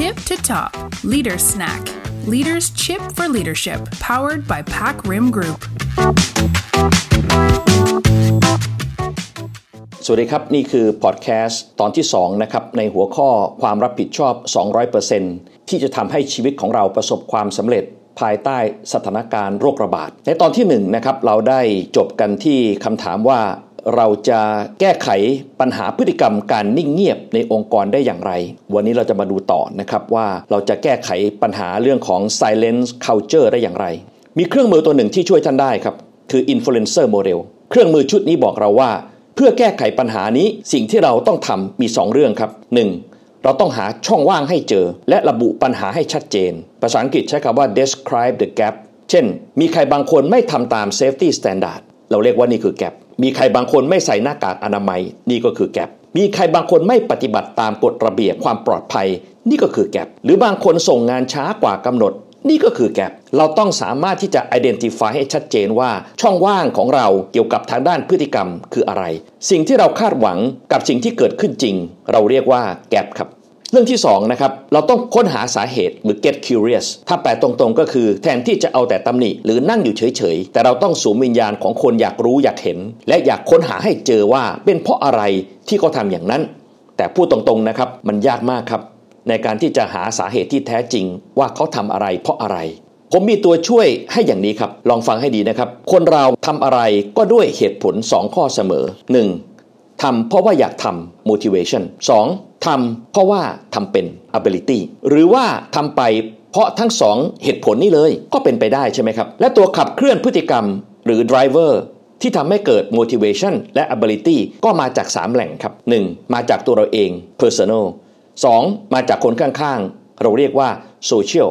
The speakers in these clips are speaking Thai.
Tip to Top Leader Snack Leaders Chip for Leadership Powered by Pac Rim Group สวัสดีครับนี่คือพอดแคสต์ตอนที่2นะครับในหัวข้อความรับผิดชอบ 200% ที่จะทำให้ชีวิตของเราประสบความสำเร็จภายใต้สถานการณ์โรคระบาดในตอนที่1นะครับเราได้จบกันที่คำถามว่าเราจะแก้ไขปัญหาพฤติกรรมการนิ่งเงียบในองค์กรได้อย่างไรวันนี้เราจะมาดูต่อนะครับว่าเราจะแก้ไขปัญหาเรื่องของ silence culture ได้อย่างไรมีเครื่องมือตัวหนึ่งที่ช่วยท่านได้ครับคือ influencer model เครื่องมือชุดนี้บอกเราว่าเพื่อแก้ไขปัญหานี้สิ่งที่เราต้องทำมี2เรื่องครับ 1. เราต้องหาช่องว่างให้เจอและระบุปัญหาให้ชัดเจนภาษาอังกฤษใช้คำว่า describe the gap เช่นมีใครบางคนไม่ทำตาม safety standard เราเรียกว่านี่คือ gap มีใครบางคนไม่ใส่หน้ากากอนามัยนี่ก็คือ gap มีใครบางคนไม่ปฏิบัติตามกฎระเบียบความปลอดภัยนี่ก็คือ gap หรือบางคนส่งงานช้ากว่ากำหนดนี่ก็คือ gap เราต้องสามารถที่จะ identify ให้ชัดเจนว่าช่องว่างของเราเกี่ยวกับทางด้านพฤติกรรมคืออะไรสิ่งที่เราคาดหวังกับสิ่งที่เกิดขึ้นจริงเราเรียกว่า gap ครับเรื่องที่2นะครับเราต้องค้นหาสาเหตุหรือ get curious ถ้าแปลตรงๆก็คือแทนที่จะเอาแต่ตำหนิหรือนั่งอยู่เฉยๆแต่เราต้องสวมวิญญาณของคนอยากรู้อยากเห็นและอยากค้นหาให้เจอว่าเป็นเพราะอะไรที่เขาทำอย่างนั้นแต่พูดตรงๆนะครับมันยากมากครับในการที่จะหาสาเหตุที่แท้จริงว่าเขาทำอะไรเพราะอะไรผมมีตัวช่วยให้อย่างนี้ครับลองฟังให้ดีนะครับคนเราทำอะไรก็ด้วยเหตุผล2ข้อเสมอ 1. ทำเพราะว่าอยากทำ motivation 2. ทำเพราะว่าทำเป็น ability หรือว่าทำไปเพราะทั้ง2เหตุผลนี้เลยก็เป็นไปได้ใช่ไหมครับและตัวขับเคลื่อนพฤติกรรมหรือ driver ที่ทำให้เกิด motivation และ ability ก็มาจาก3แหล่งครับ 1. มาจากตัวเราเอง personal 2. มาจากคนข้างๆเราเรียกว่า social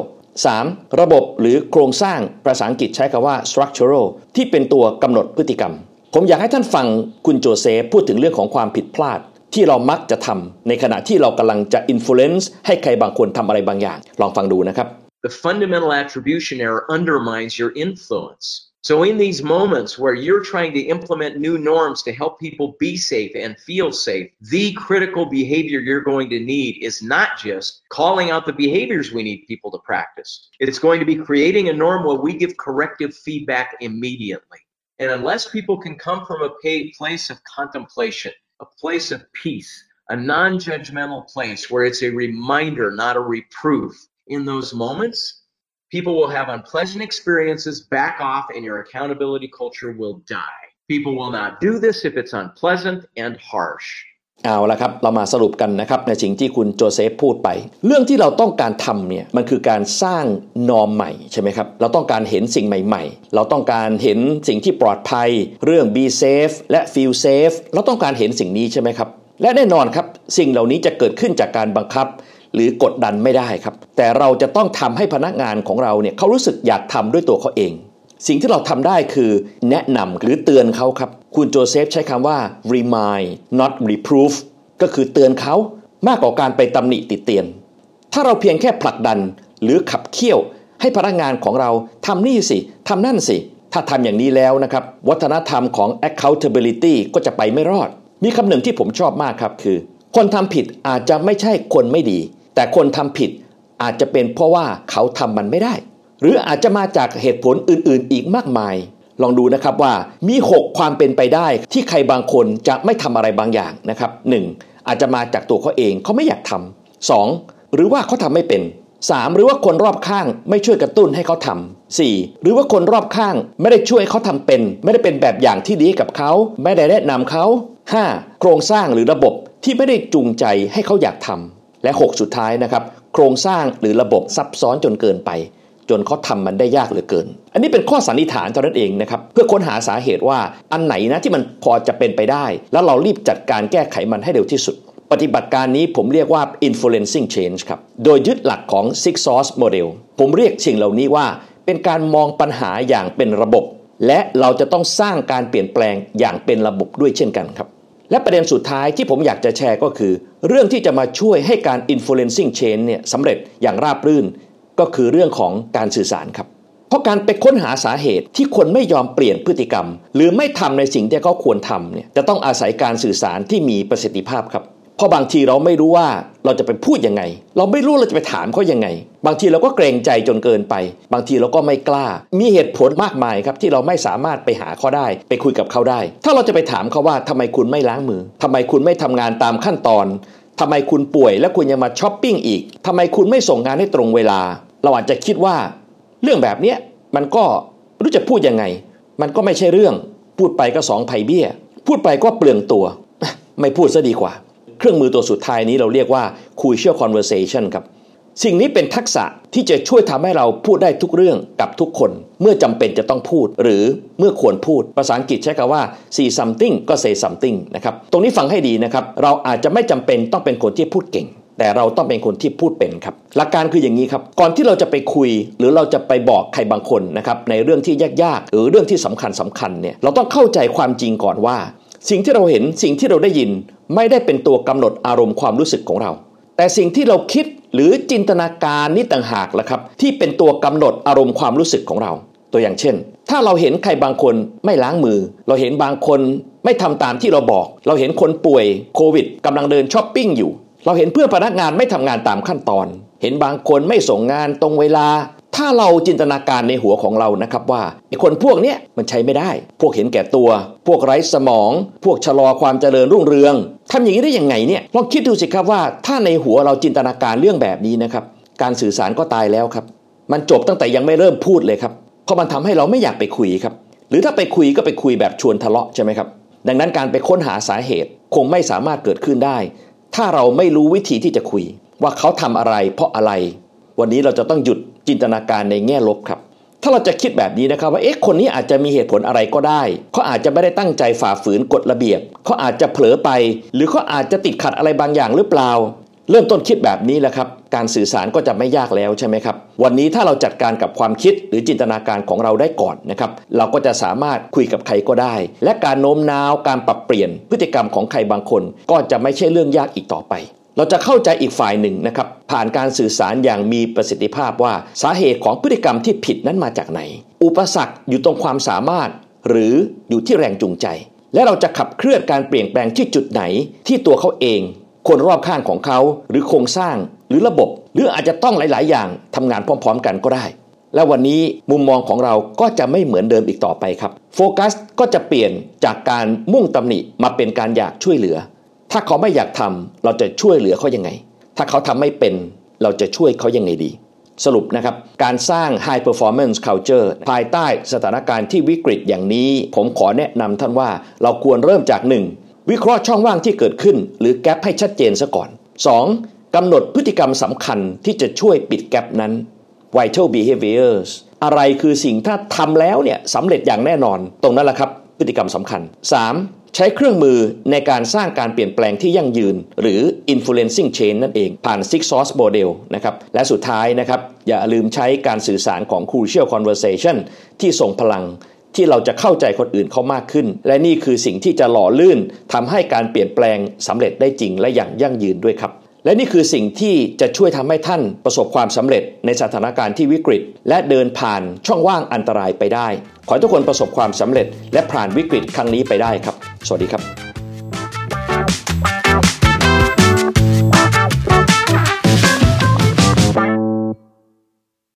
3. ระบบหรือโครงสร้างภาษาอังกฤษใช้คำว่า structural ที่เป็นตัวกำหนดพฤติกรรมผมอยากให้ท่านฟังคุณโจเซฟพูดถึงเรื่องของความผิดพลาดที่เรามักจะทำในขณะที่เรากำลังจะ influence ให้ใครบางคนทำอะไรบางอย่างลองฟังดูนะครับ The fundamental attribution error undermines your influence. So in these moments where you're trying to implement new norms to help people be safe and feel safe, the critical behavior you're going to need is not just calling out the behaviors we need people to practice. It's going to be creating a norm where we give corrective feedback immediately. And unless people can come from a place of contemplation, a place of peace, a non-judgmental place where it's a reminder, not a reproof, in those moments, people will have unpleasant experiences, back off, and your accountability culture will die. People will not do this if it's unpleasant and harsh. เอาละครับเรามาสรุปกันนะครับในสิ่งที่คุณโจเซฟพูดไปเรื่องที่เราต้องการทำเนี่ยมันคือการสร้างนอร์มใหม่ใช่ไหมครับเราต้องการเห็นสิ่งใหม่ๆเราต้องการเห็นสิ่งที่ปลอดภัยเรื่อง be safe และ feel safe เราต้องการเห็นสิ่งนี้ใช่ไหมครับและแน่นอนครับสิ่งเหล่านี้จะเกิดขึ้นจากการบังคับหรือกดดันไม่ได้ครับแต่เราจะต้องทำให้พนักงานของเราเนี่ยเขารู้สึกอยากทำด้วยตัวเขาเองสิ่งที่เราทำได้คือแนะนำหรือเตือนเขาครับคุณโจเซฟใช้คำว่า remind not reproof ก็คือเตือนเขามากกว่าการไปตำหนิติเตียนถ้าเราเพียงแค่ผลักดันหรือขับเคี่ยวให้พนักงานของเราทำนี่สิทำนั่นสิถ้าทำอย่างนี้แล้วนะครับวัฒนธรรมของ accountability ก็จะไปไม่รอดมีคำหนึ่งที่ผมชอบมากครับคือคนทำผิดอาจจะไม่ใช่คนไม่ดีแต่คนทำผิดอาจจะเป็นเพราะว่าเขาทำมันไม่ได้หรืออาจจะมาจากเหตุผลอื่นๆอีกมากมายลองดูนะครับว่ามี6ความเป็นไปได้ที่ใครบางคนจะไม่ทำอะไรบางอย่างนะครับ 1. อาจจะมาจากตัวเขาเองเขาไม่อยากทำ 2. หรือว่าเขาทำไม่เป็น 3. หรือว่าคนรอบข้างไม่ช่วยกระตุ้นให้เขาทำ 4. หรือว่าคนรอบข้างไม่ได้ช่วยเขาทำเป็นไม่ได้เป็นแบบอย่างที่ดีกับเขาไม่ได้แนะนำเขา 5. โครงสร้างหรือระบบที่ไม่ได้จูงใจให้เขาอยากทำและ6สุดท้ายนะครับโครงสร้างหรือระบบซับซ้อนจนเกินไปจนเขาทำมันได้ยากเหลือเกินอันนี้เป็นข้อสันนิษฐานเท่านั้นเองนะครับเพื่อค้นหาสาเหตุว่าอันไหนนะที่มันพอจะเป็นไปได้แล้วเรารีบจัดการแก้ไขมันให้เร็วที่สุดปฏิบัติการนี้ผมเรียกว่า influencing change ครับโดยยึดหลักของ Six Source Model ผมเรียกสิ่งเหล่านี้ว่าเป็นการมองปัญหาอย่างเป็นระบบและเราจะต้องสร้างการเปลี่ยนแปลงอย่างเป็นระบบด้วยเช่นกันครับและประเด็นสุดท้ายที่ผมอยากจะแชร์ก็คือเรื่องที่จะมาช่วยให้การ influencing change เนี่ยสำเร็จอย่างราบรื่นก็คือเรื่องของการสื่อสารครับเพราะการไปค้นหาสาเหตุที่คนไม่ยอมเปลี่ยนพฤติกรรมหรือไม่ทำในสิ่งที่เขาควรทำเนี่ยจะต้องอาศัยการสื่อสารที่มีประสิทธิภาพครับเพราะบางทีเราไม่รู้ว่าเราจะไปพูดยังไงเราไม่รู้เราจะไปถามเขายังไงบางทีเราก็เกรงใจจนเกินไปบางทีเราก็ไม่กล้ามีเหตุผลมากมายครับที่เราไม่สามารถไปหาเขาได้ไปคุยกับเขาได้ถ้าเราจะไปถามเขาว่าทำไมคุณไม่ล้างมือทำไมคุณไม่ทำงานตามขั้นตอนทำไมคุณป่วยแล้วคุณยังมาช้อปปิ้งอีกทำไมคุณไม่ส่งงานให้ตรงเวลาเราอาจจะคิดว่าเรื่องแบบนี้มันก็ไม่รู้จะพูดยังไงมันก็ไม่ใช่เรื่องพูดไปก็สองไผ่เบี้ยพูดไปก็เปลืองตัวไม่พูดซะดีกว่าเครื่องมือตัวสุดท้ายนี้เราเรียกว่า crucial conversation ครับสิ่งนี้เป็นทักษะที่จะช่วยทำให้เราพูดได้ทุกเรื่องกับทุกคนเมื่อจำเป็นจะต้องพูดหรือเมื่อควรพูดภาษาอังกฤษใช้คำว่า see something ก็ say something นะครับตรงนี้ฟังให้ดีนะครับเราอาจจะไม่จำเป็นต้องเป็นคนที่พูดเก่งแต่เราต้องเป็นคนที่พูดเป็นครับหลักการคืออย่างนี้ครับก่อนที่เราจะไปคุยหรือเราจะไปบอกใครบางคนนะครับในเรื่องที่ยากๆหรือเรื่องที่สำคัญเนี่ยเราต้องเข้าใจความจริงก่อนว่าสิ่งที่เราเห็นสิ่งที่เราได้ยินไม่ได้เป็นตัวกำหนดอารมณ์ความรู้สึกของเราแต่สิ่งที่เราคิดหรือจินตนาการนี่ต่างหากล่ะครับที่เป็นตัวกำหนดอารมณ์ความรู้สึกของเราตัวอย่างเช่นถ้าเราเห็นใครบางคนไม่ล้างมือเราเห็นบางคนไม่ทำตามที่เราบอกเราเห็นคนป่วยโควิดกำลังเดินช้อปปิ้งอยู่เราเห็นเพื่อนพนักงานไม่ทำงานตามขั้นตอนเห็นบางคนไม่ส่งงานตรงเวลาถ้าเราจินตนาการในหัวของเรานะครับว่าไอ้คนพวกนี้มันใช้ไม่ได้พวกเห็นแก่ตัวพวกไร้สมองพวกชะลอความเจริญรุ่งเรืองทำอย่างนี้ได้ยังไงเนี่ยลองคิดดูสิครับว่าถ้าในหัวเราจินตนาการเรื่องแบบนี้นะครับการสื่อสารก็ตายแล้วครับมันจบตั้งแต่ยังไม่เริ่มพูดเลยครับเพราะมันทำให้เราไม่อยากไปคุยครับหรือถ้าไปคุยก็ไปคุยแบบชวนทะเลาะใช่ไหมครับดังนั้นการไปค้นหาสาเหตุคงไม่สามารถเกิดขึ้นได้ถ้าเราไม่รู้วิธีที่จะคุยว่าเขาทำอะไรเพราะอะไรวันนี้เราจะต้องหยุดจินตนาการในแง่ลบครับถ้าเราจะคิดแบบนี้นะครับว่าคนนี้อาจจะมีเหตุผลอะไรก็ได้เขาอาจจะไม่ได้ตั้งใจฝ่าฝืนกฎระเบียบเขาอาจจะเผลอไปหรือเขาอาจจะติดขัดอะไรบางอย่างหรือเปล่าเริ่มต้นคิดแบบนี้แหละครับการสื่อสารก็จะไม่ยากแล้วใช่ไหมครับวันนี้ถ้าเราจัดการกับความคิดหรือจินตนาการของเราได้ก่อนนะครับเราก็จะสามารถคุยกับใครก็ได้และการโน้มน้าวการปรับเปลี่ยนพฤติกรรมของใครบางคนก็จะไม่ใช่เรื่องยากอีกต่อไปเราจะเข้าใจอีกฝ่ายหนึ่งนะครับผ่านการสื่อสารอย่างมีประสิทธิภาพว่าสาเหตุของพฤติกรรมที่ผิดนั้นมาจากไหนอุปสรรคอยู่ตรงความสามารถหรืออยู่ที่แรงจูงใจและเราจะขับเคลื่อนการเปลี่ยนแปลงที่จุดไหนที่ตัวเขาเองคนรอบข้างของเขาหรือโครงสร้างหรือระบบหรืออาจจะต้องหลายๆอย่างทำงานพร้อมๆกันก็ได้และวันนี้มุมมองของเราก็จะไม่เหมือนเดิมอีกต่อไปครับโฟกัสก็จะเปลี่ยนจากการมุ่งตำหนิมาเป็นการอยากช่วยเหลือถ้าเขาไม่อยากทำเราจะช่วยเหลือเขายังไงถ้าเขาทำไม่เป็นเราจะช่วยเขายังไงดีสรุปนะครับการสร้าง High Performance Culture ภายใต้สถานการณ์ที่วิกฤตอย่างนี้ผมขอแนะนำท่านว่าเราควรเริ่มจาก 1. วิเคราะห์ช่องว่างที่เกิดขึ้นหรือแกปให้ชัดเจนซะก่อน 2. กำหนดพฤติกรรมสำคัญที่จะช่วยปิดแกปนั้น Vital Behaviors อะไรคือสิ่งถ้าทำแล้วเนี่ยสำเร็จอย่างแน่นอนตรงนั้นแหละครับพฤติกรรมสำคัญ 3. ใช้เครื่องมือในการสร้างการเปลี่ยนแปลงที่ยั่งยืนหรือ influencing change นั่นเองผ่าน Six Source Model นะครับและสุดท้ายนะครับอย่าลืมใช้การสื่อสารของ Crucial Conversation ที่ส่งพลังที่เราจะเข้าใจคนอื่นเขามากขึ้นและนี่คือสิ่งที่จะหล่อลื่นทำให้การเปลี่ยนแปลงสำเร็จได้จริงและอย่างยั่งยืนด้วยครับและนี่คือสิ่งที่จะช่วยทำให้ท่านประสบความสำเร็จในสถานการณ์ที่วิกฤตและเดินผ่านช่องว่างอันตรายไปได้ขอให้ทุกคนประสบความสำเร็จและผ่านวิกฤตครั้งนี้ไปได้ครับสวัสดีครับ